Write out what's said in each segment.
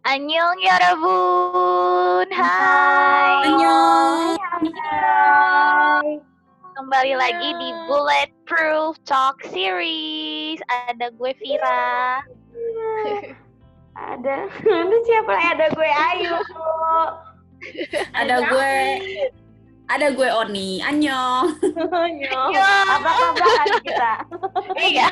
Annyeong 여러분. Hai. Annyeong. Hai. Kembali lagi di Bulletproof Talk Series. Ada gue Vira. Ada siapa lagi? Ada gue Ayu. Ada gue Oni. Annyeong. Apa kabar kita? Iya.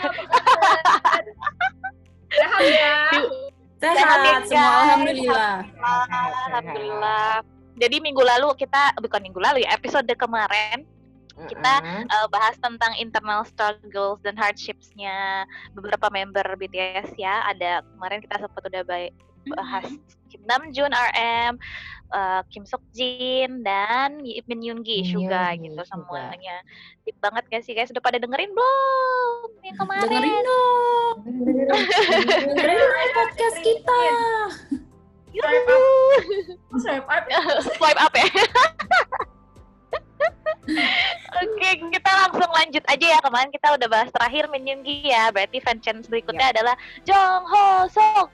Sehat ya. Sehat semua, alhamdulillah. Alhamdulillah. Jadi episode kemarin kita bahas tentang internal struggles dan hardships-nya beberapa member BTS ya. Ada kemarin kita sempat udah bahas Kim Namjoon RM, Kim Seokjin dan Min Yoongi juga gitu semuanya. Deep banget gak sih guys? Udah pada dengerin belum yang kemarin? Dengerin dong. Dengerin podcast kita. Swipe up ya. Oke, kita langsung lanjut aja ya. Kemarin kita udah bahas terakhir Min Yoongi ya. Berarti fanchance berikutnya adalah Jong Ho Sok.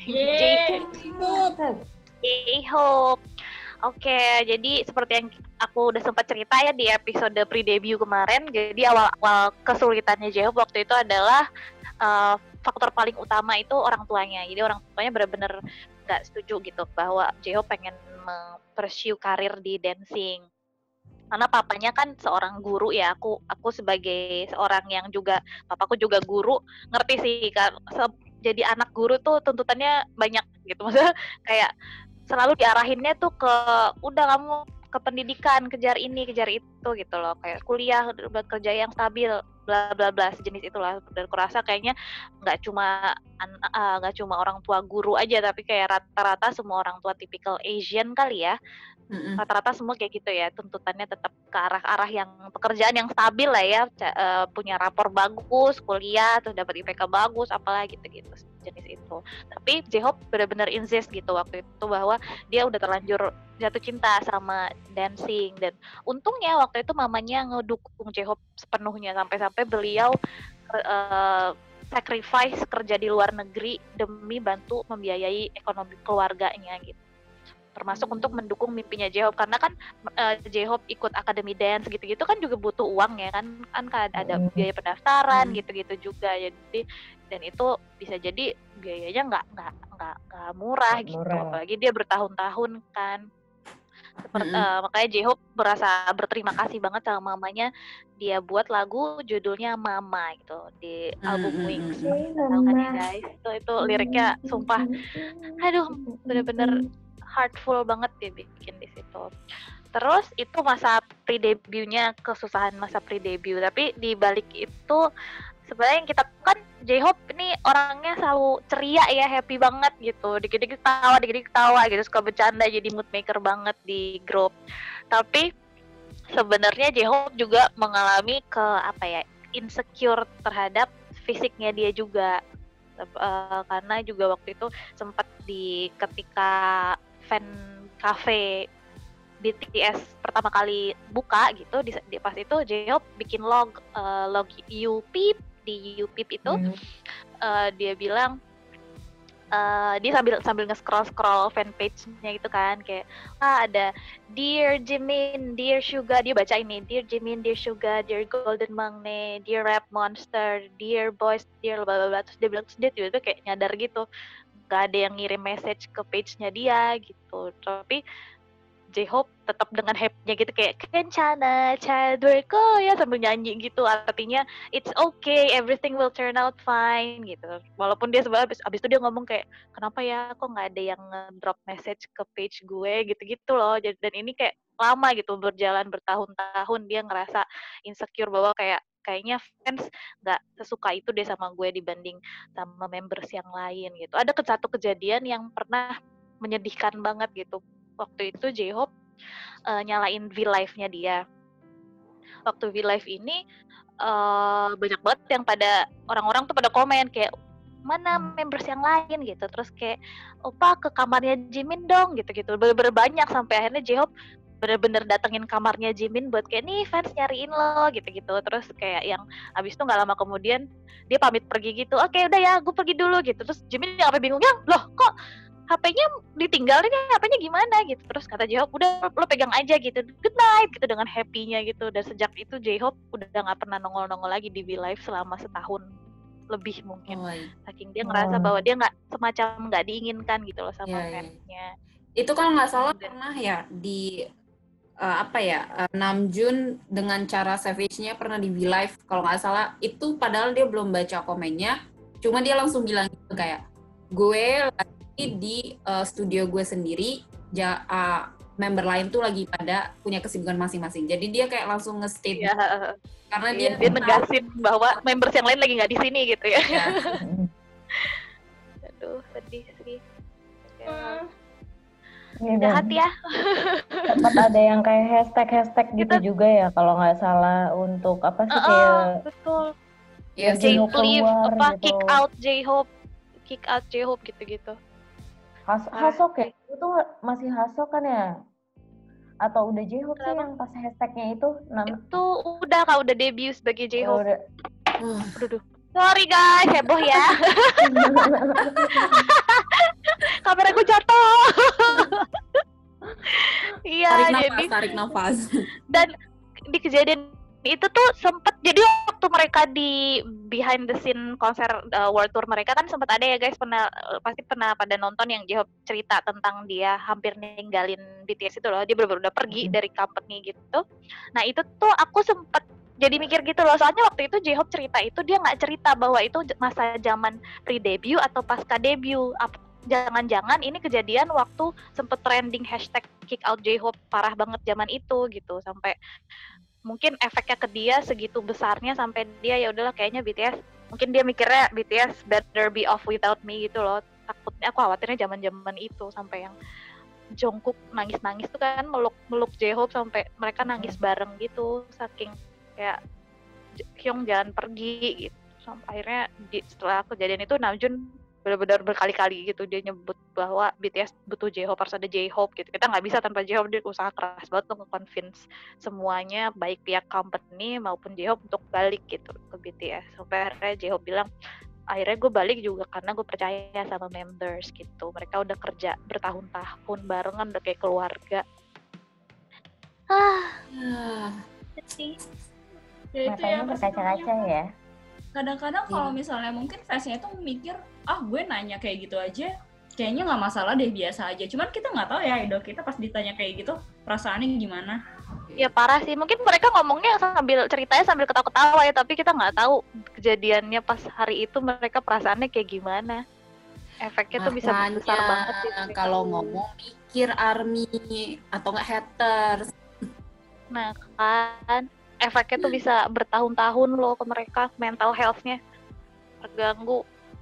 J-Hope. Oke, jadi seperti yang aku udah sempat cerita ya di episode pre-debut kemarin. Jadi awal-awal kesulitannya J-Hope waktu itu adalah faktor paling utama itu orang tuanya. Jadi orang tuanya benar-benar nggak setuju gitu bahwa J-Hope pengen pursue karir di dancing. Karena papanya kan seorang guru ya, aku sebagai seorang yang juga papaku juga guru, ngerti sih kan, jadi anak guru tuh tuntutannya banyak gitu. Maksudnya kayak selalu diarahinnya tuh ke udah kamu ke pendidikan, kejar ini, kejar itu gitu loh, kayak kuliah, kerja yang stabil, bla bla bla sejenis itulah. Dan kurasa kayaknya nggak cuma orang tua guru aja, tapi kayak rata-rata semua orang tua tipikal Asian kali ya. Rata-rata semua kayak gitu ya, tuntutannya tetap ke arah-arah yang pekerjaan yang stabil lah ya, punya rapor bagus, kuliah, terus dapat IPK bagus, apalah gitu-gitu jenis itu. Tapi J-Hope benar-benar insist gitu waktu itu bahwa dia udah terlanjur jatuh cinta sama dancing, dan untungnya waktu itu mamanya ngedukung J-Hope sepenuhnya sampai-sampai beliau sacrifice kerja di luar negeri demi bantu membiayai ekonomi keluarganya gitu, termasuk untuk mendukung mimpinya J-Hope. Karena kan J-Hope ikut akademi dance gitu-gitu kan juga butuh uang ya kan ada biaya pendaftaran gitu-gitu juga. Jadi dan itu bisa jadi biayanya nggak murah gitu, apalagi dia bertahun-tahun kan. Makanya J-Hope berasa berterima kasih banget sama mamanya. Dia buat lagu judulnya Mama gitu di album Wings. Tahu kan ya guys? Itu liriknya sumpah, aduh bener-bener heartful banget dia bikin di situ. Terus itu masa pre-debutnya, kesusahan masa pre-debut. Tapi di balik itu sebenarnya yang kita kan J-Hope ini orangnya selalu ceria ya, happy banget gitu. Dikit-dikit ketawa gitu, suka bercanda, jadi mood maker banget di grup. Tapi sebenarnya J-Hope juga mengalami insecure terhadap fisiknya dia juga. Karena juga waktu itu sempat ketika fan cafe BTS pertama kali buka gitu, di pas itu J-Hope bikin log YouPeep. Di YouPeep itu dia bilang dia sambil nge-scroll fanpage-nya gitu kan, kayak ada Dear Jimin, Dear Suga, dia baca ini, Dear Jimin, Dear Suga, Dear Golden Magne, Dear Rap Monster, Dear Boys, Dear bla bla bla. Terus dia bilang, dia tiba-tiba kayak nyadar gitu, gak ada yang ngirim message ke page-nya dia gitu. Tapi J-Hope tetap dengan hype-nya gitu, kayak Kencana, Childwork ya, sambil nyanyi gitu. Artinya it's okay, everything will turn out fine gitu. Walaupun dia sebenarnya abis itu dia ngomong kayak, kenapa ya kok nggak ada yang drop message ke page gue gitu-gitu loh. Dan ini kayak lama gitu, berjalan bertahun-tahun dia ngerasa insecure bahwa kayaknya fans nggak sesuka itu deh sama gue dibanding sama members yang lain gitu. Ada satu kejadian yang pernah menyedihkan banget gitu. Waktu itu J-Hope nyalain V-Live-nya dia. Waktu V-Live ini banyak banget yang orang-orang tuh pada komen kayak, mana members yang lain gitu. Terus kayak, opa ke kamarnya Jimin dong gitu-gitu. Bener-bener banyak, sampai akhirnya J-Hope bener-bener datengin kamarnya Jimin buat kayak, nih fans nyariin lo gitu-gitu. Terus kayak yang abis itu gak lama kemudian dia pamit pergi gitu. Oke udah ya, gue pergi dulu gitu. Terus Jimin yang sampai bingung, ya loh kok HP-nya ditinggalin ya, HP-nya gimana gitu. Terus kata J-Hope, udah lo pegang aja gitu, good night gitu dengan happy-nya gitu. Dan sejak itu J-Hope udah nggak pernah nongol-nongol lagi di V-Live selama setahun lebih mungkin. Saking dia ngerasa bahwa dia nggak diinginkan gitu loh sama fansnya. Itu kalau nggak salah pernah ya di 6 Jun dengan cara savage-nya pernah di V-Live kalau nggak salah. Itu padahal dia belum baca komennya, cuma dia langsung bilang gitu kayak, gue lagi di studio gue sendiri, member lain tuh lagi pada punya kesibukan masing-masing. Jadi dia kayak langsung nge-state karena dia negasin bahwa members yang lain lagi nggak di sini gitu ya. Aduh, sedih. Jahat ya. Sempat ada yang kayak hashtag gitu juga ya kalau nggak salah, untuk apa sih kayak betul. Ya, J-Hope leave, gitu. kick out J-Hope gitu-gitu. Hasok ya? Itu masih Hasok kan ya? Atau udah J-Hope sih yang pas hashtagnya itu? Itu udah debut sebagai J-Hope. Udah. Sorry guys, heboh ya. Kamera gue jatuh. Iya, tarik nafas. Dan di kejadian itu tuh sempet, jadi waktu mereka di behind the scene konser world tour mereka kan sempat ada ya guys, pasti pernah pada nonton yang J-Hope cerita tentang dia hampir ninggalin BTS itu loh, dia bener-bener udah pergi dari company gitu. Nah itu tuh aku sempet jadi mikir gitu loh, soalnya waktu itu J-Hope cerita itu dia nggak cerita bahwa itu masa zaman pre-debut atau pasca debut. Jangan-jangan ini kejadian waktu sempet trending hashtag kick out J-Hope parah banget zaman itu gitu, sampai mungkin efeknya ke dia segitu besarnya sampai dia ya udahlah kayaknya BTS, mungkin dia mikirnya BTS better be off without me gitu loh. Takutnya, aku khawatirnya zaman-zaman itu sampai yang Jungkook nangis-nangis tuh kan, meluk J-Hope sampai mereka nangis bareng gitu, saking kayak Hyung jangan pergi gitu. Sampai akhirnya setelah kejadian itu Namjoon benar-benar berkali-kali gitu dia nyebut bahwa BTS butuh J-Hope, harus ada J-Hope gitu. Kita nggak bisa tanpa J-Hope, dia usaha keras banget untuk nge-convince semuanya, baik pihak company maupun J-Hope untuk balik gitu ke BTS. Sampai akhirnya J-Hope bilang, akhirnya gue balik juga karena gue percaya sama members gitu. Mereka udah kerja bertahun-tahun barengan, udah kayak keluarga. Sedih. Matanya berkaca-kaca ya. Kadang-kadang kalau misalnya mungkin fansnya itu mikir, gue nanya kayak gitu aja kayaknya nggak masalah deh, biasa aja. Cuman kita nggak tahu ya idol kita pas ditanya kayak gitu perasaannya gimana. Ya parah sih, mungkin mereka ngomongnya ceritanya sambil ketawa-ketawa ya, tapi kita nggak tahu kejadiannya pas hari itu mereka perasaannya kayak gimana. Efeknya tuh bisa besar banget sih. Kalau ngomong mikir ARMY atau nggak haters. Nah kan efeknya tuh bisa bertahun-tahun loh ke mereka, mental health-nya terganggu.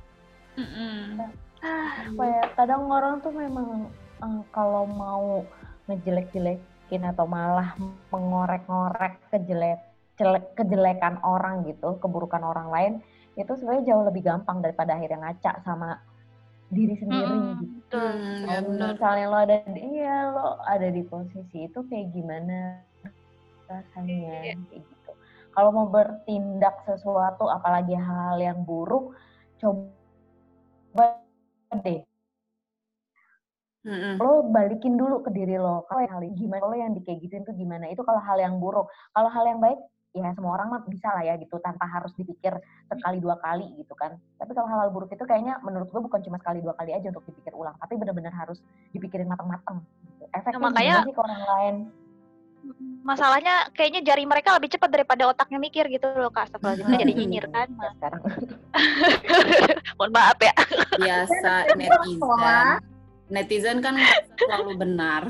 Kadang orang tuh memang kalau mau ngejelek-jelekin atau malah mengorek-ngorek kejelekan orang gitu, keburukan orang lain, itu sebenarnya jauh lebih gampang daripada akhirnya ngaca sama diri sendiri gitu. Misalnya lo ada di posisi itu kayak gimana rasanya kayak gitu. Kalau mau bertindak sesuatu, apalagi hal yang buruk, coba deh lo balikin dulu ke diri lo, kalau hal gimana lo yang kayak gituin tuh gimana. Itu kalau hal yang buruk. Kalau hal yang baik ya semua orang mah bisa lah ya gitu, tanpa harus dipikir sekali dua kali gitu kan. Tapi kalau hal-hal buruk itu kayaknya menurut gue bukan cuma sekali dua kali aja untuk dipikir ulang, tapi benar-benar harus dipikirin matang-matang gitu. Efeknya gimana sih ke orang lain. Masalahnya kayaknya jari mereka lebih cepat daripada otaknya mikir gitu loh Kak. Astagfirullahaladzim, jadi nyinyir kan. Sekarang. Mohon maaf ya. Biasa netizen kan selalu benar.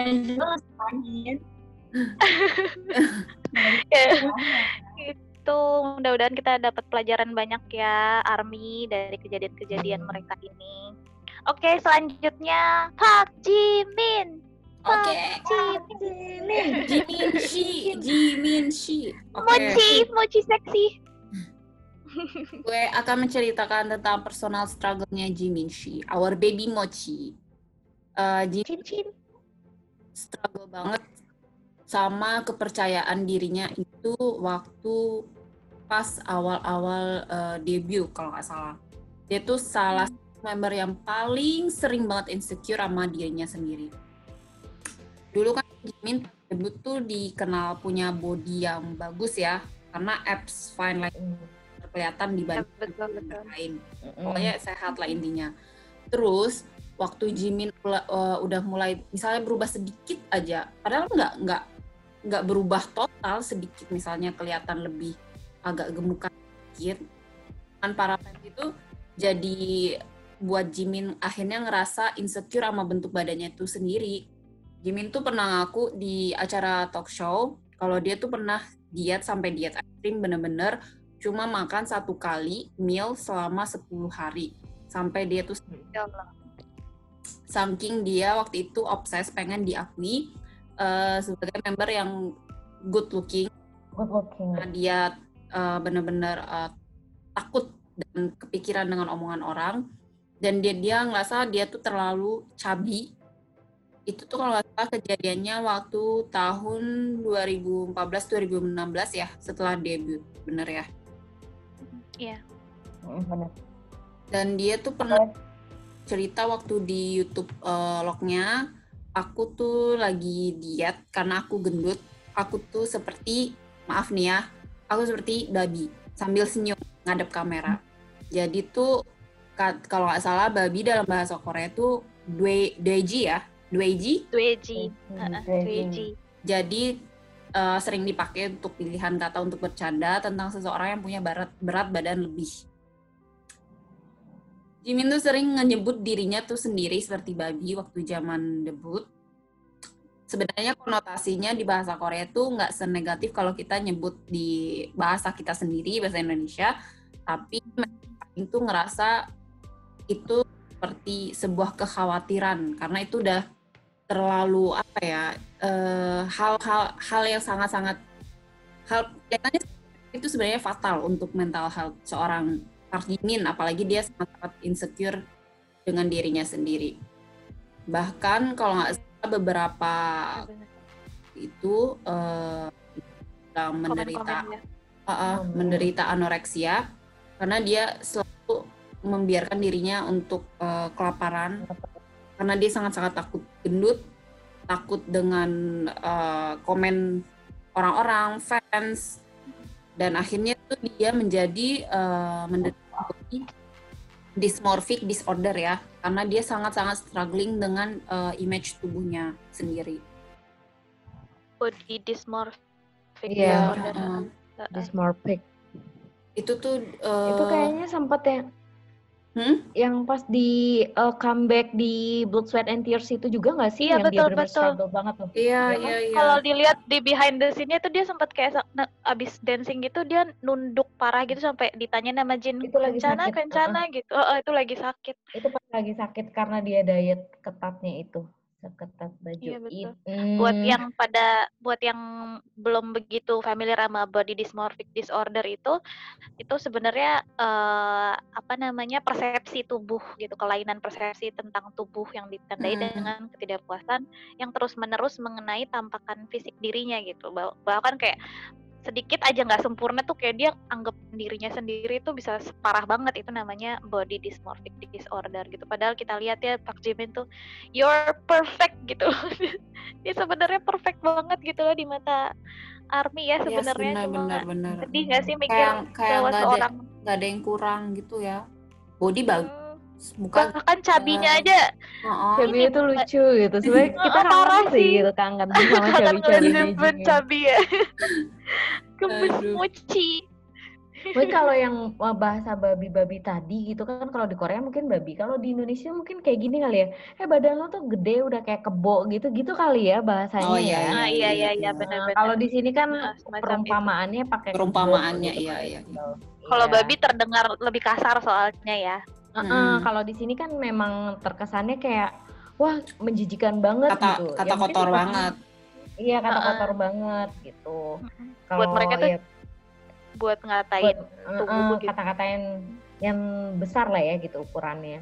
Itu mudah-mudahan kita dapat pelajaran banyak ya ARMY dari kejadian-kejadian mereka ini. Oke, selanjutnya Park Jimin. Jimin Shi. Mochi seksi. Gue akan menceritakan tentang personal struggle-nya Jimin Shi, our baby Mochi. Jimin struggle banget sama kepercayaan dirinya itu waktu pas awal-awal debut kalau nggak salah. Dia tuh salah member yang paling sering banget insecure sama dirinya sendiri. Dulu kan Jimin debut tuh dikenal punya body yang bagus ya, karena abs fine line kelihatan dibanding betul. lain. Pokoknya sehat lah intinya. Terus waktu Jimin udah mulai misalnya berubah sedikit aja, padahal nggak berubah total, sedikit misalnya kelihatan lebih agak gemukan sedikit, kan para fans itu jadi buat Jimin akhirnya ngerasa insecure sama bentuk badannya itu sendiri. Jimin tuh pernah ngaku di acara talk show kalau dia tuh pernah diet sampai diet ekstrim, bener-bener cuma makan 1 kali meal selama 10 hari. Sampai dia tuh saking dia waktu itu obses pengen diakui sebagai member yang good looking. Nah, dia bener-bener takut dan kepikiran dengan omongan orang, dan dia ngerasa dia tuh terlalu chubby. Itu tuh kalau nggak salah kejadiannya waktu tahun 2014-2016 ya, setelah debut, bener ya? Iya. Benar. Dan dia tuh pernah cerita waktu di YouTube lognya, aku tuh lagi diet karena aku gendut, aku tuh seperti, maaf nih ya, aku seperti babi, sambil senyum ngadep kamera. Jadi tuh kalau nggak salah babi dalam bahasa Korea tuh dweji ya, dweji. Jadi sering dipakai untuk pilihan kata untuk bercanda tentang seseorang yang punya berat badan lebih. Jimin tuh sering menyebut dirinya tuh sendiri seperti babi waktu zaman debut. Sebenarnya konotasinya di bahasa Korea tuh nggak senegatif kalau kita nyebut di bahasa kita sendiri, bahasa Indonesia, tapi itu ngerasa itu seperti sebuah kekhawatiran karena itu udah terlalu apa ya, hal yang sangat-sangat kelihatannya itu sebenarnya fatal untuk mental health seorang Park Jimin, apalagi dia sangat insecure dengan dirinya sendiri. Bahkan kalau nggak salah beberapa itu menderita anoreksia karena dia selalu membiarkan dirinya untuk kelaparan karena dia sangat-sangat takut gendut, takut dengan komen orang-orang, fans, dan akhirnya tuh dia menjadi menderita dysmorphic disorder ya, karena dia sangat-sangat struggling dengan image tubuhnya sendiri. Body dysmorphic disorder. Dysmorphic. Itu tuh itu kayaknya sempat ya. Yang pas di comeback di Blood, Sweat and Tears itu juga nggak sih? Iya, yang betul, dia benar struggle banget tuh. Iya. Kalau dilihat di behind the scene-nya tuh dia sempat kayak abis dancing gitu dia nunduk parah gitu sampai ditanya nama Jin, itu lagi sakit. kencana gitu. Itu lagi sakit. Itu pas lagi sakit karena dia diet ketatnya itu. Seketat baju. Iya, betul. Buat yang belum begitu familiar sama body dysmorphic disorder itu sebenarnya persepsi tubuh gitu, kelainan persepsi tentang tubuh yang ditandai dengan ketidakpuasan yang terus-menerus mengenai tampakan fisik dirinya gitu. Bahkan kayak sedikit aja nggak sempurna tuh kayak dia anggap dirinya sendiri tuh bisa parah banget, itu namanya body dysmorphic disorder gitu. Padahal kita lihat ya Park Jimin tuh you're perfect gitu. Dia sebenarnya perfect banget gitu loh di mata ARMY ya sebenarnya. Yes, benar. Sedih nggak sih mikir bahwa seorang nggak ada yang kurang gitu ya, body bagus, bahkan cabinya aja. Cabinya tuh lucu gitu. Sebenarnya kita kangen sih gitu, kangen sama cabi ya. Gemes mochi. Mungkin kalau yang bahasa babi-babi tadi gitu kan, kalau di Korea mungkin babi, kalau di Indonesia mungkin kayak gini kali ya. Badan lo tuh gede udah kayak kebo gitu kali ya bahasanya. Oh iya. Iya benar-benar. Kalau di sini kan perumpamaannya pakai perumpamaannya iya. Kalau babi terdengar lebih kasar soalnya ya. Kalau di sini kan memang terkesannya kayak wah menjijikan banget gitu. Kata kotor banget. Iya, kata kotor banget gitu. Buat mereka tuh buat ngatain tubuh gitu. Kata-kata yang besar lah ya gitu ukurannya.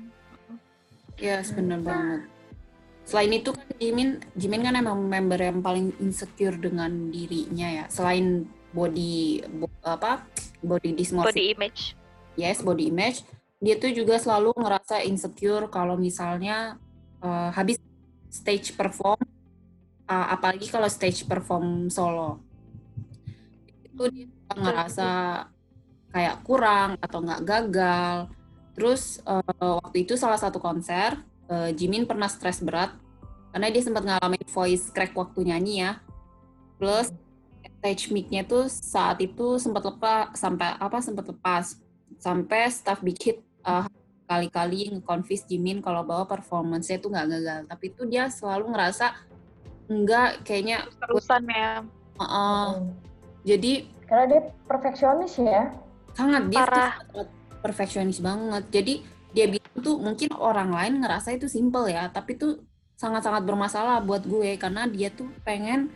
Yes, benar banget. Selain itu kan Jimin kan emang member yang paling insecure dengan dirinya ya. Selain body dysmorphic. Body image. Yes, body image. dia tuh juga selalu ngerasa insecure kalau misalnya habis stage perform, apalagi kalau stage perform solo. Itu dia ngerasa kayak kurang atau nggak gagal. Terus waktu itu salah satu konser, Jimin pernah stres berat karena dia sempat ngalamin voice crack waktu nyanyi ya. Plus stage mic-nya tuh saat itu sempat lepas sampai staff Big Hit kali-kali nge-convince Jimin kalau bahwa performance-nya tuh nggak gagal. Tapi itu dia selalu ngerasa enggak, kayaknya Terusan ya. Jadi Karena dia perfeksionis ya. sangat, dia tuh Parah. perfeksionis banget. Jadi dia bilang tuh mungkin orang lain ngerasa itu simple ya, tapi tuh sangat-sangat bermasalah buat gue karena dia tuh pengen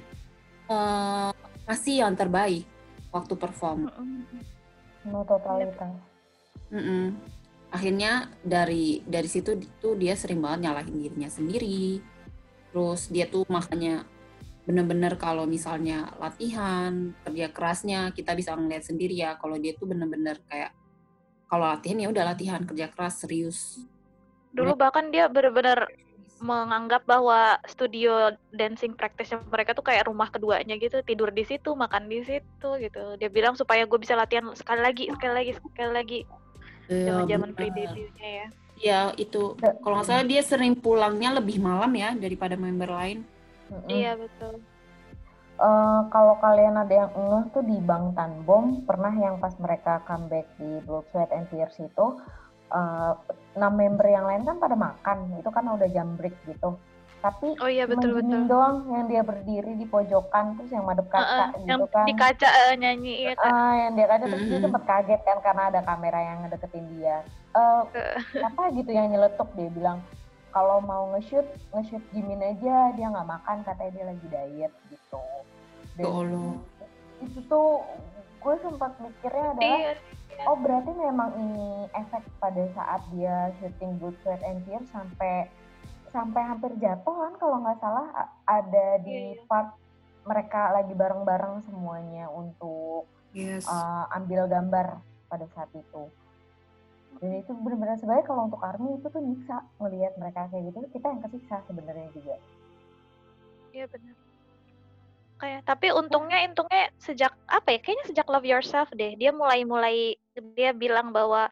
ngasih yang terbaik waktu perform. No totalitas. Akhirnya dari situ tuh dia sering banget nyalahin dirinya sendiri. Terus dia tuh makanya bener-bener kalau misalnya latihan, kerja kerasnya kita bisa ngeliat sendiri ya kalau dia tuh bener-bener kayak kalau latihan ya udah latihan, kerja keras, serius. Dulu bahkan dia benar-benar menganggap bahwa studio dancing practice mereka tuh kayak rumah keduanya gitu, tidur di situ, makan di situ gitu. Dia bilang supaya gue bisa latihan sekali lagi. Zaman-zaman pre-debutnya ya. Iya, itu kalau nggak salah dia sering pulangnya lebih malam ya daripada member lain. Iya, betul. Kalau kalian ada yang ngeh tuh di Bangtan Bom, pernah yang pas mereka comeback di Blood, Sweat and Tears itu 6 member yang lain kan pada makan, itu kan udah jam break gitu. Tapi Jimin doang yang dia berdiri di pojokan terus yang madep kaca gitu yang kan. Yang di kaca nyanyi ya kan. Yang dia kaca terus dia sempat kaget kan karena ada kamera yang ngedeketin dia. Apa gitu yang nyeletuk, dia bilang kalau mau nge-shoot Jimin aja, dia nggak makan, katanya dia lagi diet gitu. Dan itu tuh gue sempat mikirnya adalah oh berarti memang ini efek pada saat dia syuting Blood, Sweat and Tears sampai hampir jatuh kan kalau nggak salah, ada di part mereka lagi bareng-bareng semuanya untuk ambil gambar pada saat itu. Dan itu benar-benar sebenarnya kalau untuk ARMY itu tuh nyiksa ngelihat mereka kayak gitu, kita yang kesiksa sebenarnya juga. Iya benar. Kayak tapi untungnya sejak apa ya? Kayaknya sejak Love Yourself deh. Dia mulai dia bilang bahwa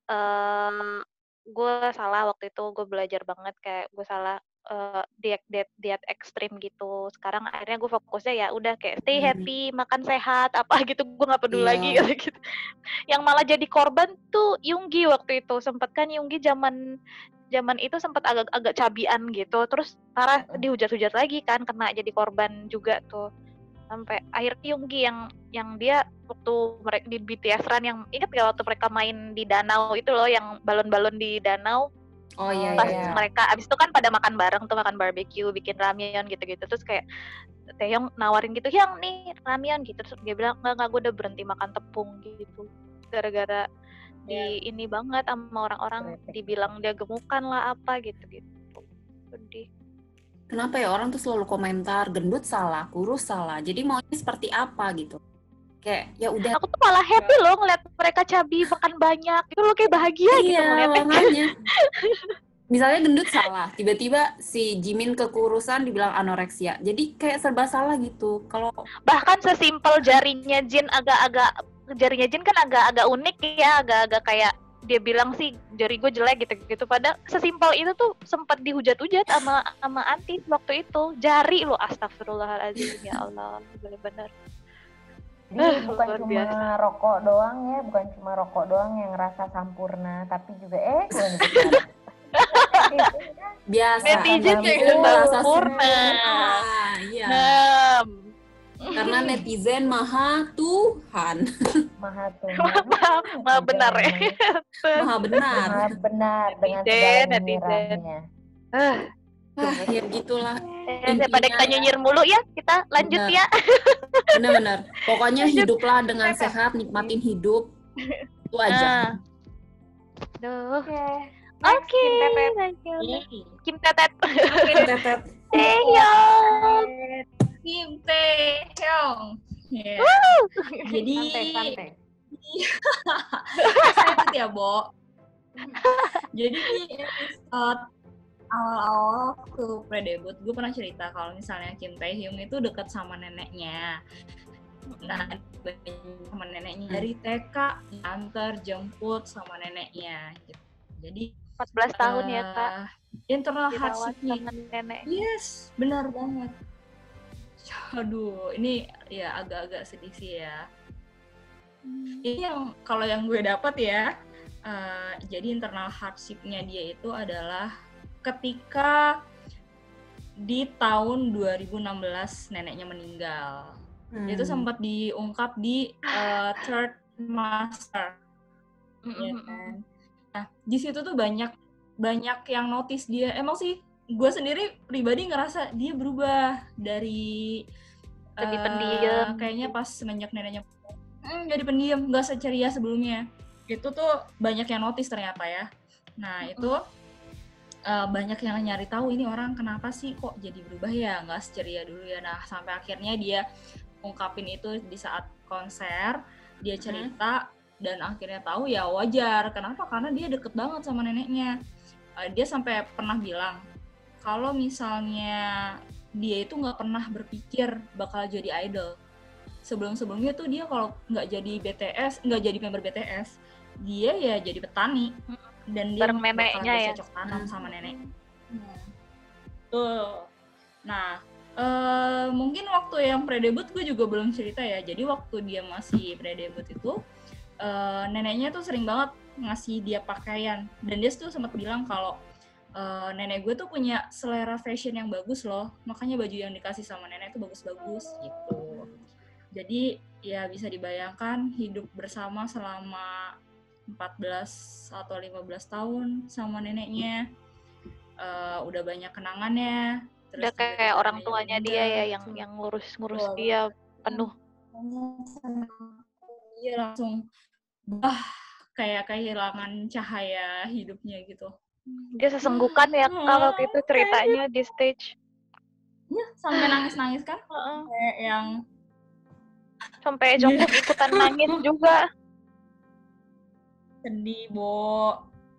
gue salah waktu itu, gue belajar banget kayak gue salah diet ekstrim gitu. Sekarang akhirnya gue fokusnya ya udah kayak stay happy, makan sehat, apa gitu, gue nggak peduli lagi gitu. Yang malah jadi korban tuh Yoongi waktu itu. Sempat kan Yoongi zaman itu sempat agak cabian gitu. Terus parah dihujat-hujat lagi kan, kena jadi korban juga tuh. Sampai akhirnya Yoongi yang dia waktu mereka di BTS Run, yang ingat gak waktu mereka main di danau itu loh, yang balon-balon di danau. Pas mereka abis itu kan pada makan bareng tuh, makan barbecue, bikin ramyeon gitu-gitu. Terus kayak Taehyung nawarin gitu, yang nih ramyeon gitu. Terus dia bilang enggak, gue udah berhenti makan tepung gitu. Gara-gara ini banget sama orang-orang, dibilang dia gemukan lah apa gitu-gitu. Sedih. Kenapa ya orang tuh selalu komentar gendut salah, kurus salah. Jadi maunya seperti apa gitu. Kayak ya udah. Aku tuh malah happy loh ngeliat mereka cabi, makan banyak. Itu loh kayak bahagia gitu ngeliatnya. Makanya. Misalnya gendut salah, tiba-tiba si Jimin kekurusan dibilang anoreksia. Jadi kayak serba salah gitu. Kalau bahkan sesimpel jarinya Jin kan agak unik ya, agak kayak dia bilang sih jari gue jelek gitu. Padahal sesimpel itu tuh sempat dihujat-hujat sama Antis waktu itu. Jari lo, astagfirullahaladzim, ya Allah, benar-benar. Jadi bukan cuma rokok doang yang rasa sampurna, tapi juga biasa netizen juga sempurna. Iya. Karena netizen maha Tuhan. Maha Tuhan. Maha benar ya. Maha benar. Maha benar dengan segala nyinyirnya. Ya gitulah. Daripada kita nyinyir mulu ya, kita lanjut ya. Benar-benar. Pokoknya hiduplah dengan sehat, nikmatin hidup. Itu aja. Oke. Kim Tetet. Kim Taehyung. Jadi santai. Excited ya, Bo. Jadi awal-awal waktu pre-debut gue pernah cerita kalau misalnya Kim Taehyung itu dekat sama neneknya. Nah, sama neneknya dari TK, antar jemput sama neneknya gitu. Jadi 14 tahun ya Kak, internal dirawat hardship-nya. sama nenek. Yes, benar banget. Aduh, ini ya agak-agak sedih sih ya. Ini yang kalau yang gue dapat ya, jadi internal hardship-nya dia itu adalah ketika di tahun 2016 neneknya meninggal. Itu sempat diungkap di Third Master. Ya kan? Nah, di situ tuh banyak yang notice dia. Emang sih gue sendiri pribadi ngerasa dia berubah dari Lebih pendiam. Kayaknya pas semenjak neneknya jadi pendiam, nggak seceria sebelumnya. Itu tuh banyak yang notice ternyata ya. Nah itu banyak yang nyari tahu ini orang kenapa sih kok jadi berubah ya, nggak seceria dulu ya. Nah sampai akhirnya dia ungkapin itu di saat konser, dia cerita dan akhirnya tahu ya wajar. Kenapa? Karena dia deket banget sama neneknya. Dia sampai pernah bilang kalau misalnya dia itu nggak pernah berpikir bakal jadi idol. Sebelum-sebelumnya tuh dia kalau nggak jadi BTS, nggak jadi member BTS, dia ya jadi petani dan dia bareng neneknya ya, cocok tanam sama nenek. Tuh. Nah, mungkin waktu yang pre-debut gue juga belum cerita ya. Jadi waktu dia masih pre-debut itu, neneknya tuh sering banget ngasih dia pakaian. Dan dia tuh sempat bilang kalau nenek gue tuh punya selera fashion yang bagus loh. Makanya baju yang dikasih sama nenek tuh bagus-bagus gitu. Jadi ya bisa dibayangkan hidup bersama selama 14 atau 15 tahun sama neneknya. Udah banyak kenangannya. Terus udah kayak orang tuanya dia ya yang ngurus dia penuh. Iya langsung kayak kehilangan cahaya hidupnya gitu. Dia sesenggukan ya kalau gitu ceritanya di stage. Iya, sampai nangis-nangis kan? Kayak yang sampai Jongkook ikutan nangis juga. Sedih, Bo.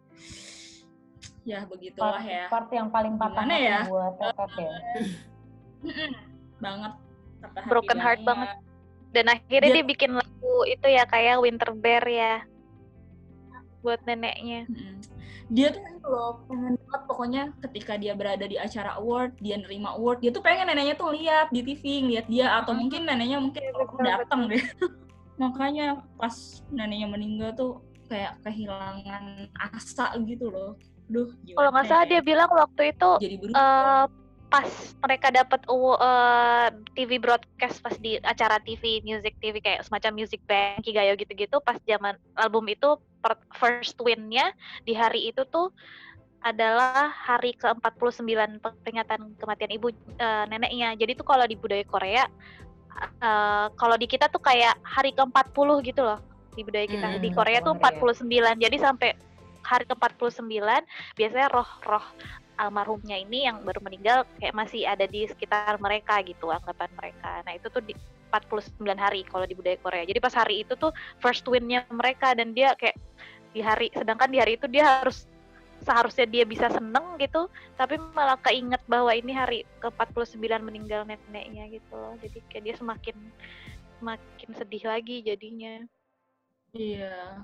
Ya begitulah ya. Part yang paling patah ya? buat Tetet ya. Banget. Broken heart banget. Dan akhirnya dia bikin lagu itu ya kayak Winter Bear ya. Buat neneknya. Dia tuh loh pengen banget pokoknya ketika dia berada di acara award, dia nerima award, dia tuh pengen neneknya tuh lihat di TV, ngeliat dia atau mungkin neneknya datang deh. Makanya pas neneknya meninggal tuh kayak kehilangan asa gitu loh. Duh, kalau nggak salah dia bilang waktu itu pas mereka dapat TV broadcast pas di acara TV, music TV kayak semacam Music Bank, Kigayo gitu-gitu, pas zaman album itu first win-nya di hari itu tuh adalah hari ke-49 peringatan kematian ibu neneknya. Jadi tuh kalau di budaya Korea, kalau di kita tuh kayak hari ke-40 gitu loh di budaya kita. Di Korea tuh 49. Jadi sampai hari ke-49 biasanya roh-roh almarhumnya ini yang baru meninggal kayak masih ada di sekitar mereka gitu, anggapan mereka. Nah itu tuh di 49 hari kalau di budaya Korea. Jadi pas hari itu tuh first win-nya mereka dan dia kayak sedangkan di hari itu dia seharusnya dia bisa seneng gitu, tapi malah keinget bahwa ini hari ke-49 meninggal neneknya gitu loh. Jadi kayak dia semakin sedih lagi jadinya. Iya.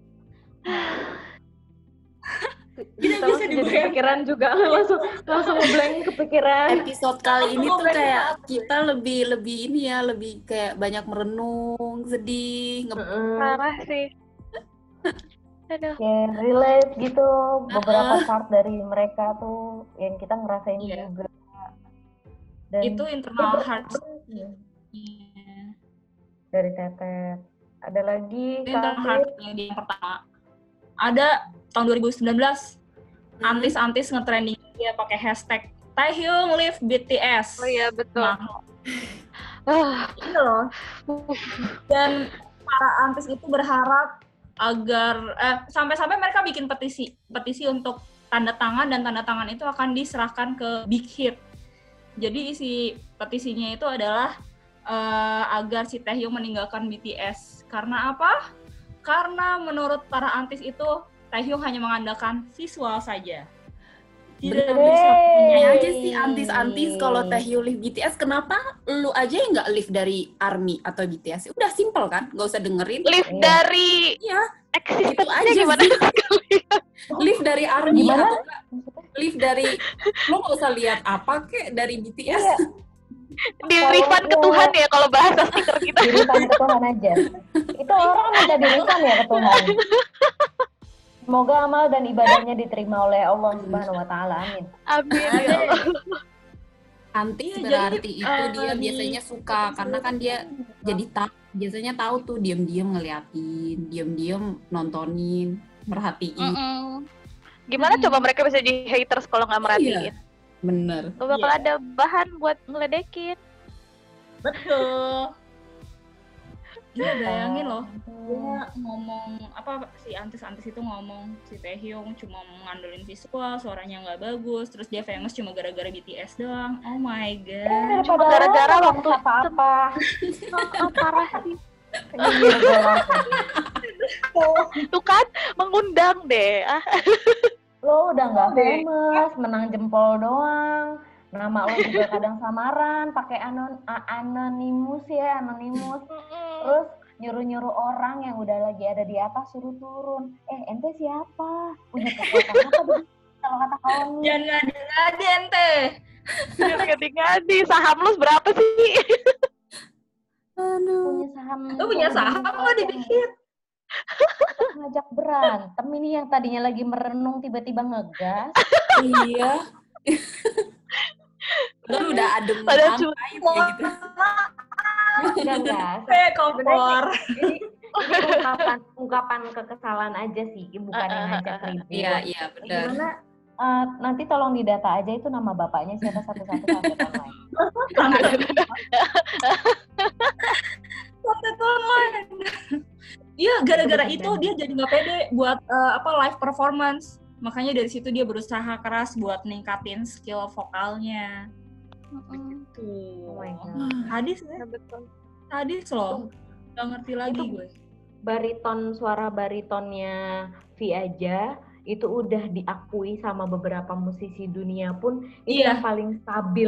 Kita bisa kepikiran juga langsung blank kepikiran. Episode kali ini tuh kayak kita lebih ini ya, lebih kayak banyak merenung, sedih, parah sih. Aduh. Kayak relate gitu beberapa part dari mereka tuh yang kita ngerasain juga. Dan itu internal heart dari Tetet. Ada lagi internal heart yang pertama. Ada tahun 2019 antis ngetrending dia pakai hashtag Taehyung Live BTS. Oh iya betul. Ini loh. Dan para antis itu berharap agar sampai-sampai mereka bikin petisi untuk tanda tangan, dan tanda tangan itu akan diserahkan ke Big Hit. Jadi isi petisinya itu adalah agar si Taehyung meninggalkan BTS. Karena apa? Karena menurut para antis itu Taehyung hanya mengandalkan visual saja. Tidak Bener. bisa Ini menyanyi. aja sih antis-antis kalau Taehyung live BTS, kenapa lu aja yang nggak live dari ARMY atau BTS? Udah simple kan, nggak usah dengerin. Live Iya. dari Iya, eksistensinya gitu aja gimana? sih. Live dari ARMY Gimana? atau enggak live dari, lu nggak usah lihat apa kek dari BTS. Iya. Di refund ke Tuhan ya kalau bahasa stiker kita. Di refund ke Tuhan aja. Itu orang minta di refund ya ke Tuhan. Semoga amal dan ibadahnya diterima oleh Allah Subhanahu wa taala. Amin. Amin ya Allah. Antis Iya, berarti jadi, itu dia di- biasanya suka karena kan dia jadi biasanya tahu tuh diam-diam ngeliatin, diam-diam nontonin, merhatiin. Gimana coba mereka bisa jadi haters kalau nggak merhatiin? Bener. Gak bakal ada bahan buat ngeledekin. Betul. Gila, bayangin loh. Dia ngomong apa, si antis-antis itu ngomong si Taehyung cuma ngandelin visual, suaranya nggak bagus, terus dia famous cuma gara-gara BTS doang. Oh my god. Cuma gara-gara lo waktu apa-apa. Oh, parah sih. Nyindir gue langsung. Tuh kan mengundang deh. Lo udah nggak famous, menang jempol doang. Nama lo juga kadang samaran, pakai anonimus ya, anonimus. Terus nyuruh-nyuruh orang yang udah lagi ada di atas suruh turun. Ente siapa? Punya kekuatan apa? Kalau kata kawan lu. Jangan ngadi-ngadi ente. Ngadi-ngadi. Saham lu berapa sih? Aduh. Punya saham. Lu punya saham nggak dipikir? Ngajak berantem ini yang tadinya lagi merenung tiba-tiba ngegas. Iya. Padahal udah adem Padahal santai kayak gitu. Enggak. Kompor. Ini ungkapan kekesalan aja sih, bukan yang ngajak ribut. Iya benar. Gimana? Nanti tolong didata aja itu nama bapaknya siapa satu-satu sampai online. Konten online. Iya, gara-gara itu dia jadi nggak pede buat live performance. Makanya dari situ dia berusaha keras buat ningkatin skill vokalnya. Begitu. Oh my god. Hadis ya? Betul. Hadis loh. Gak ngerti lagi itu- gue. Suara baritonnya V aja itu udah diakui sama beberapa musisi dunia pun itu Iya. yang paling stabil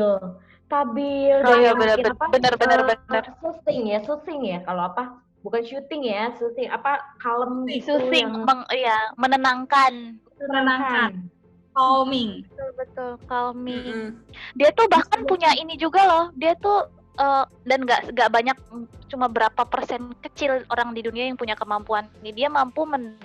Oh dan iya, yang benar, bikin apa, benar. susing ya kalau apa bukan syuting ya susing apa kalem gitu Susing, yang menenangkan. Menenangkan. Calming. Betul, calming. Dia tuh bahkan punya ini juga loh. Dia tuh dan nggak banyak, cuma berapa persen kecil orang di dunia yang punya kemampuan ini. Dia mampu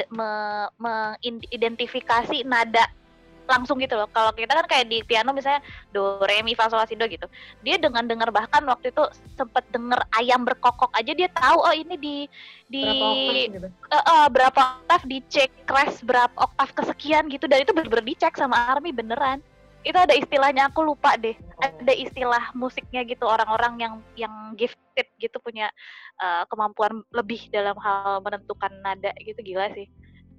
mengidentifikasi nada langsung gitu loh. Kalau kita kan kayak di piano misalnya do re mi fa sol la si do gitu. Dia dengan dengar, bahkan waktu itu sempet denger ayam berkokok aja dia tahu oh ini di berapa oktav gitu. berapa oktav, dicek crash berapa oktav kesekian gitu, dan itu bener-bener dicek sama ARMY beneran. Itu ada istilahnya, aku lupa deh. Ada istilah musiknya gitu, orang-orang yang gifted gitu punya kemampuan lebih dalam hal menentukan nada gitu, gila sih.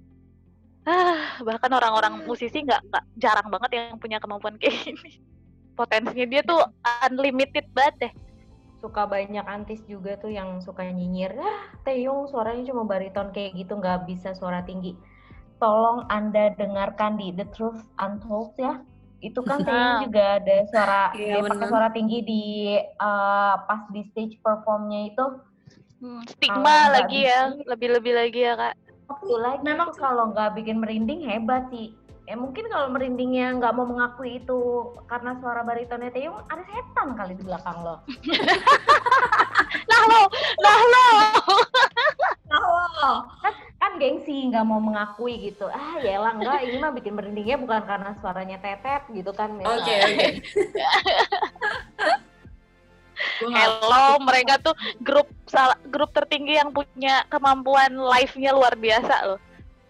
Bahkan orang-orang musisi nggak jarang banget yang punya kemampuan kayak gini. Potensinya dia tuh unlimited banget deh. Suka banyak antis juga tuh yang suka nyinyir, Taehyung suaranya cuma bariton kayak gitu, nggak bisa suara tinggi. Tolong Anda dengarkan di The Truth Untold ya. Itu kan Taehyung juga ada suara, dia pakai suara tinggi di pas di stage performnya itu. Stigma lagi ya, lebih-lebih lagi ya Kak. Itu lagi memang tuh kalau nggak bikin merinding hebat sih. Mungkin kalau merindingnya nggak mau mengakui itu karena suara baritonnya Taehyung, ada setan kali di belakang lo. Nah lo. Kan gengsi nggak mau mengakui gitu. Yaelah enggak, ini mah bikin merindingnya bukan karena suaranya tetet gitu kan. Oke. Hello, mereka tuh grup tertinggi yang punya kemampuan live-nya luar biasa loh.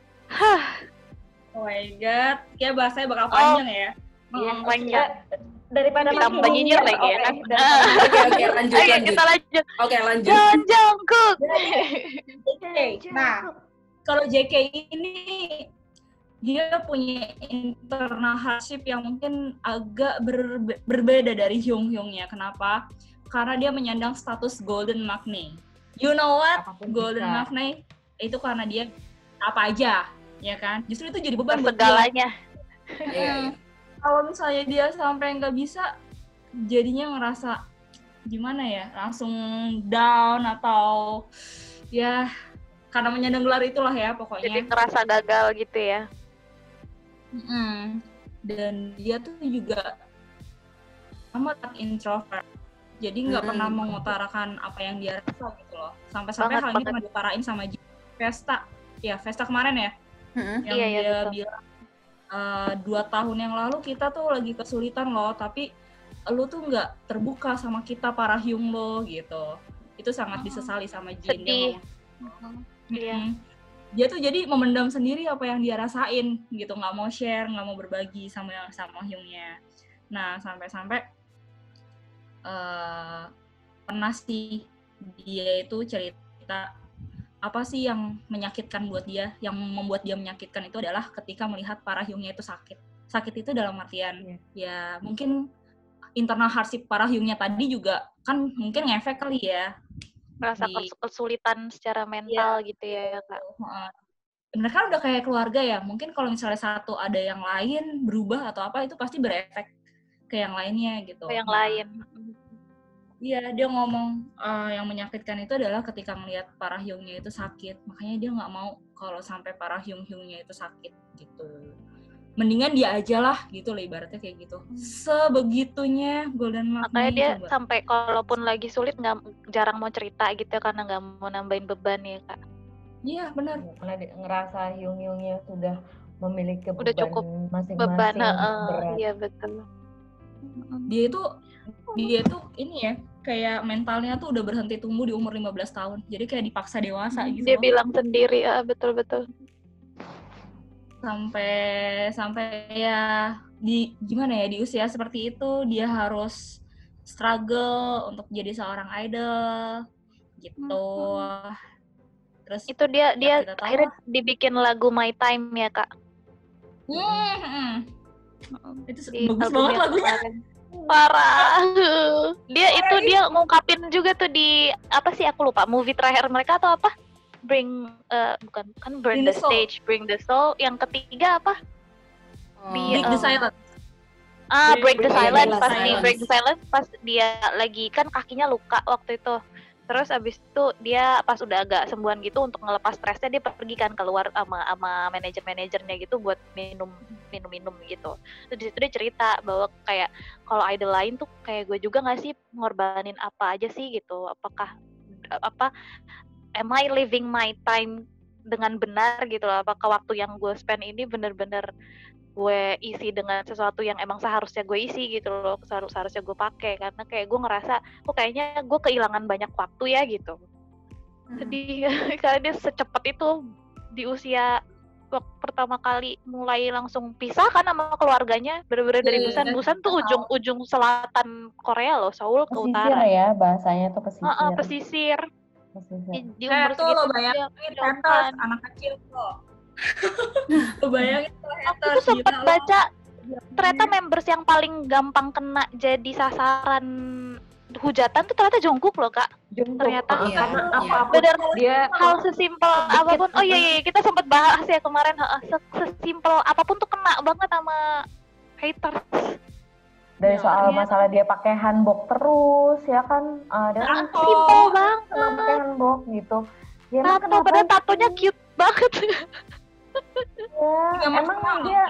Oh my god, kayak bahasanya bakal panjang ya. Iya, panjang. Daripada Ditambah nyinyir lagi ya kan. Oke, lanjut. Kita lanjut. Oke, lanjut. Jungkook. Nah, kalau JK ini dia punya internal hardship yang mungkin agak berbeda dari Hyunghyungnya. Kenapa? Karena dia menyandang status Golden Maknae. You know what? Apapun Golden bisa. Maknae itu karena dia apa aja. ya kan? Justru itu jadi beban buat dia. Segalanya. Kalau misalnya dia sampai nggak bisa, jadinya ngerasa gimana ya, langsung down atau ya karena menyandang gelar itulah ya pokoknya. Jadi ngerasa gagal gitu ya. Dan dia tuh juga amat introvert. Jadi nggak pernah mengutarakan apa yang dia rasa gitu loh. Sampai-sampai hal ini pernah diutarain sama Vesta. Ya, Vesta kemarin ya. Yang dia bilang 2 tahun yang lalu kita tuh lagi kesulitan loh, tapi lu tuh nggak terbuka sama kita para Hyung lo gitu. Itu sangat disesali sama Jin. Sedih. Dia tuh jadi memendam sendiri apa yang dia rasain gitu, nggak mau share, nggak mau berbagi sama Hyungnya. Nah sampai-sampai pernah sih dia itu cerita apa sih yang menyakitkan buat dia, yang membuat dia menyakitkan itu adalah ketika melihat para Hyungnya itu sakit. Sakit itu dalam artian ya mungkin internal hardship para Hyungnya tadi juga kan mungkin ngefek kali ya. Merasa kesulitan secara mental gitu ya Kak. Mereka udah kayak keluarga ya, mungkin kalau misalnya satu ada yang lain berubah atau apa itu pasti berefek ke yang lainnya gitu. Ke yang lain. Iya, dia ngomong yang menyakitkan itu adalah ketika melihat para Hyungnya itu sakit, makanya dia nggak mau kalau sampai para Hyungnya itu sakit gitu. Mendingan dia aja lah gitu lah ibaratnya kayak gitu. Sebegitunya Golden Love. Makanya dia sampai kalaupun lagi sulit jarang mau cerita gitu karena nggak mau nambahin beban ya Kak. Iya benar. Karena ngerasa Hyungnya sudah memiliki udah beban cukup masing-masing beban, berat. Iya betul. Dia tuh ini ya kayak mentalnya tuh udah berhenti tumbuh di umur 15 tahun. Jadi kayak dipaksa dewasa gitu. Dia bilang sendiri, betul-betul. Sampai ya di gimana ya di usia seperti itu dia harus struggle untuk jadi seorang idol gitu. Terus itu dia akhirnya dibikin lagu My Time ya Kak. Itu bagus banget lagunya. Parah. Dia ngungkapin juga tuh di apa sih aku lupa movie terakhir mereka atau apa? Burn the Stage, Bring the Soul. Yang ketiga apa? Break the Silence. Break the Silence. Break the Silence pas dia lagi kan kakinya luka waktu itu. Terus abis itu dia pas udah agak sembuhan gitu untuk ngelepas stresnya dia pergi kan keluar sama manajernya gitu buat minum gitu. Terus di situ dia cerita bahwa kayak kalau idol lain tuh kayak gue juga nggak sih ngorbanin apa aja sih gitu. Apakah am I living my time dengan benar gitu loh? Apakah waktu yang gue spend ini benar-benar gue isi dengan sesuatu yang emang seharusnya gue isi gitu loh, seharusnya gue pakai, karena kayak gue ngerasa kok kayaknya gue kehilangan banyak waktu ya gitu. Sedih karena dia secepat itu di usia pertama kali mulai langsung pisah kan sama keluarganya, bener-bener dari Busan tuh ujung selatan Korea loh, Seoul ke utara. Pesisir ya bahasanya tuh pesisir. Pesisir. Di umur segitu lo bayangin haters anak kecil tuh. Lo bayangin tuh haters. Aku sempat baca ternyata members yang paling gampang kena jadi sasaran hujatan tuh ternyata Jungkook loh Kak. Ternyata karena apapun bener dia hal sesimpel apapun. Oh iya kita sempat bahas ya kemarin. Sesimpel apapun tuh kena banget sama haters. Dari soal masalah dia pakai hanbok terus ya kan, dia kan simpel banget pakai hanbok gitu. Ya, tato padahal tatonya cute banget. Ya emang dia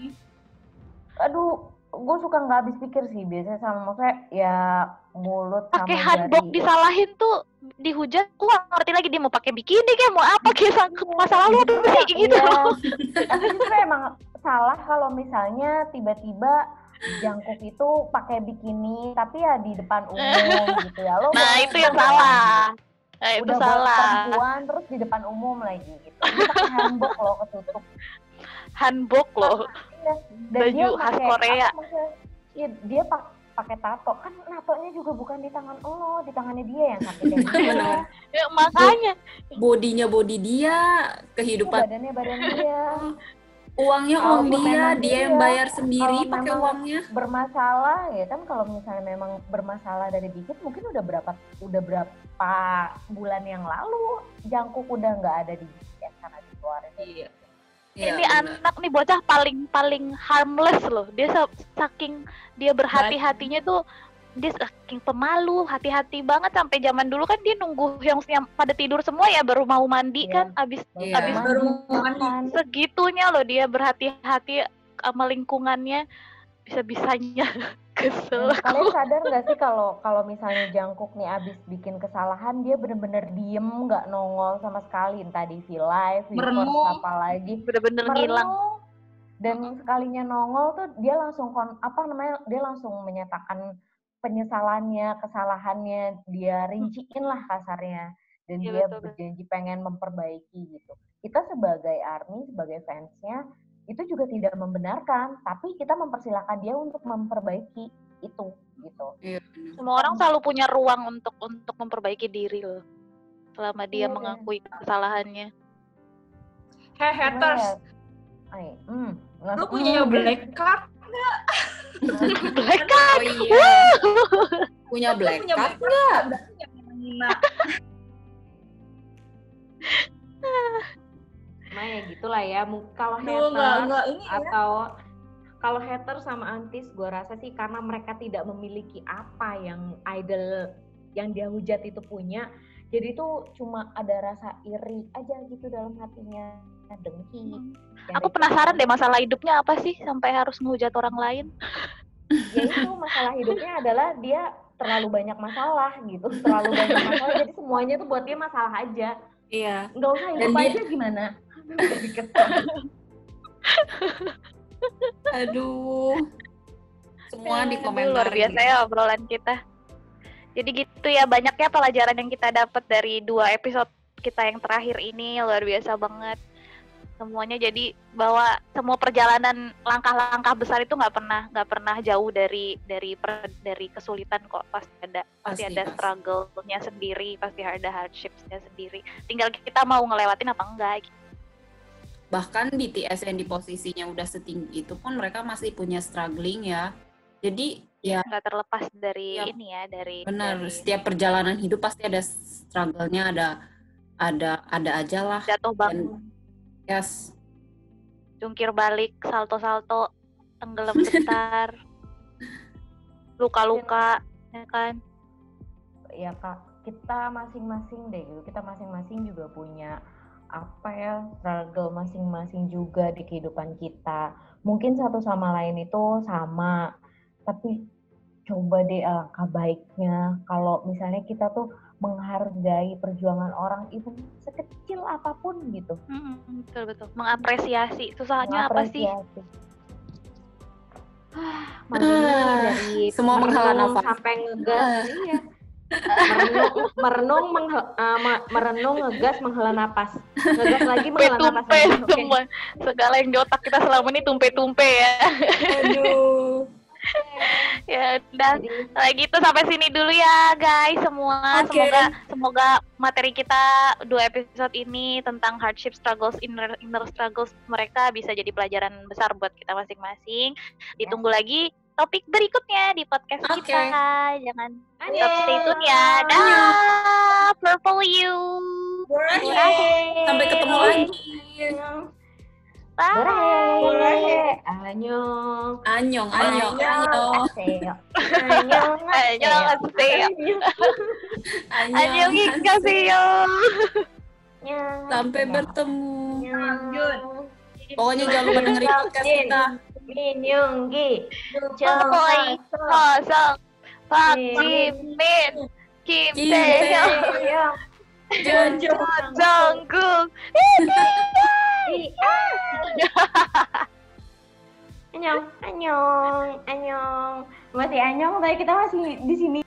aduh gue suka nggak habis pikir sih biasanya sama maksudnya ya mulut sama pakai hanbok disalahin tuh dihujat, gue gak ngerti lagi dia mau pakai bikini kayak mau apa kayak masa lalu tuh kayak gitu. Tapi justru emang salah kalau misalnya tiba-tiba Jungkook itu pakai bikini tapi ya di depan umum gitu ya lo. Nah itu yang salah. Itu udah salah. Perempuan terus di depan umum lagi gitu. Dia pakai hanbok loh ketutup. Hanbok loh. Baju khas Korea. Iya dia pakai tato kan, natonya juga bukan di tangan lo, di tangannya dia yang sakit dia. Ya, makanya bodinya body dia, kehidupan badan dia. Uangnya uang dia yang bayar sendiri pakai uangnya. Bermasalah ya kan, kalau misalnya memang bermasalah dari dikit mungkin udah berapa bulan yang lalu Jungkook udah nggak ada di BTS karena dikeluarin. Iya. Iya, Ini benar. anak nih bocah paling harmless loh. Dia saking dia berhati-hatinya tuh, dia saking pemalu, hati-hati banget. Sampai zaman dulu kan dia nunggu yang pada tidur semua ya baru mau mandi Iya. kan. Abis Iya. Baru mau mandi. Kan. segitunya loh dia berhati-hati sama lingkungannya, bisa-bisanya. Kesel Nah, kalian aku. sadar nggak sih kalau misalnya Jungkook nih abis bikin kesalahan, dia bener-bener diem, nggak nongol sama sekali, entah di V-Live, Merenung. Weverse, apa lagi, Bener-bener ngilang. dan sekalinya nongol tuh dia langsung dia langsung menyatakan penyesalannya, kesalahannya, dia rinciin lah kasarnya, dan Iya, dia betul. berjanji pengen memperbaiki gitu. Kita sebagai ARMY, sebagai fansnya, itu juga tidak membenarkan, tapi kita mempersilahkan dia untuk memperbaiki itu gitu. Iya, benar. Semua orang selalu punya ruang untuk memperbaiki diri loh, selama dia Iya. mengakui kesalahannya. Hey haters, lu punya black card? Black card. Oh iya. Punya black Punya card black nggak? berarti yang kena. Nah ya gitulah ya. Kalau Aduh, haters nggak ini ya. atau kalau haters sama antis, gue rasa sih karena mereka tidak memiliki apa yang idol yang dia hujat itu punya. Jadi tuh cuma ada rasa iri aja gitu dalam hatinya, dengki. Aku penasaran deh masalah hidupnya apa sih sampai harus ngehujat orang lain. Ya itu masalah hidupnya adalah dia terlalu banyak masalah gitu, terlalu banyak masalah. Jadi semuanya tuh buat dia masalah aja. Iya. Nggak usah hidup Dan dia- aja gimana? Jadi kesel. Aduh. Semua Luar dikomentari. biasa ya obrolan kita. Jadi gitu ya, banyaknya pelajaran yang kita dapat dari 2 episode kita yang terakhir ini, luar biasa banget. Semuanya jadi bahwa semua perjalanan langkah-langkah besar itu nggak pernah jauh dari kesulitan kok. Pasti ada struggle-nya sendiri, pasti ada hardships-nya sendiri. Tinggal kita mau ngelewatin apa enggak. Bahkan BTS yang di posisinya udah setinggi itu pun mereka masih punya struggling ya. Jadi ya Nggak terlepas dari Yap. ini ya, dari benar, dari setiap perjalanan hidup pasti ada struggle-nya, ada aja lah. jatuh bangun, Yes. jungkir balik, salto-salto, tenggelam bentar, luka-luka, ya kan? Ya Kak, kita masing-masing deh gitu. Kita masing-masing juga punya struggle masing-masing juga di kehidupan kita. Mungkin satu sama lain itu sama, tapi coba deh alangkah baiknya kalau misalnya kita tuh menghargai perjuangan orang itu sekecil apapun gitu. Betul. Mengapresiasi. Susahnya apa sih? Dari semua menghela nafas sampai ngegas. Iya. Merenung, ngegas, menghela napas. Ngegas lagi, menghela napas. Tumpe lagi. Oke. semua. Segala yang di otak kita selama ini tumpe-tumpe ya. Aduh. Ya udah, kayak gitu sampai sini dulu ya guys semua. Oke. Semoga materi kita 2 episode ini tentang hardship struggles, inner struggles mereka bisa jadi pelajaran besar buat kita masing-masing. Ditunggu lagi topik berikutnya di podcast Oke. kita. Jangan Annyeong. stop stay tune ya. Dah, Purple You. Sampai ketemu lagi. Bye. Bye. Annyeong. Anyong. Annyeonghaseyo. Annyeonghaseyo. Annyeonghaseyo. Sampai bertemu. Annyeong. Pokoknya jangan lupa dengerin podcast kita. Minyoonggi. Choi, Hosong, Park Jimin, Kim Kim Taehyung, Jungkook. Annyeong. Masih annyeong, tapi kita masih di sini.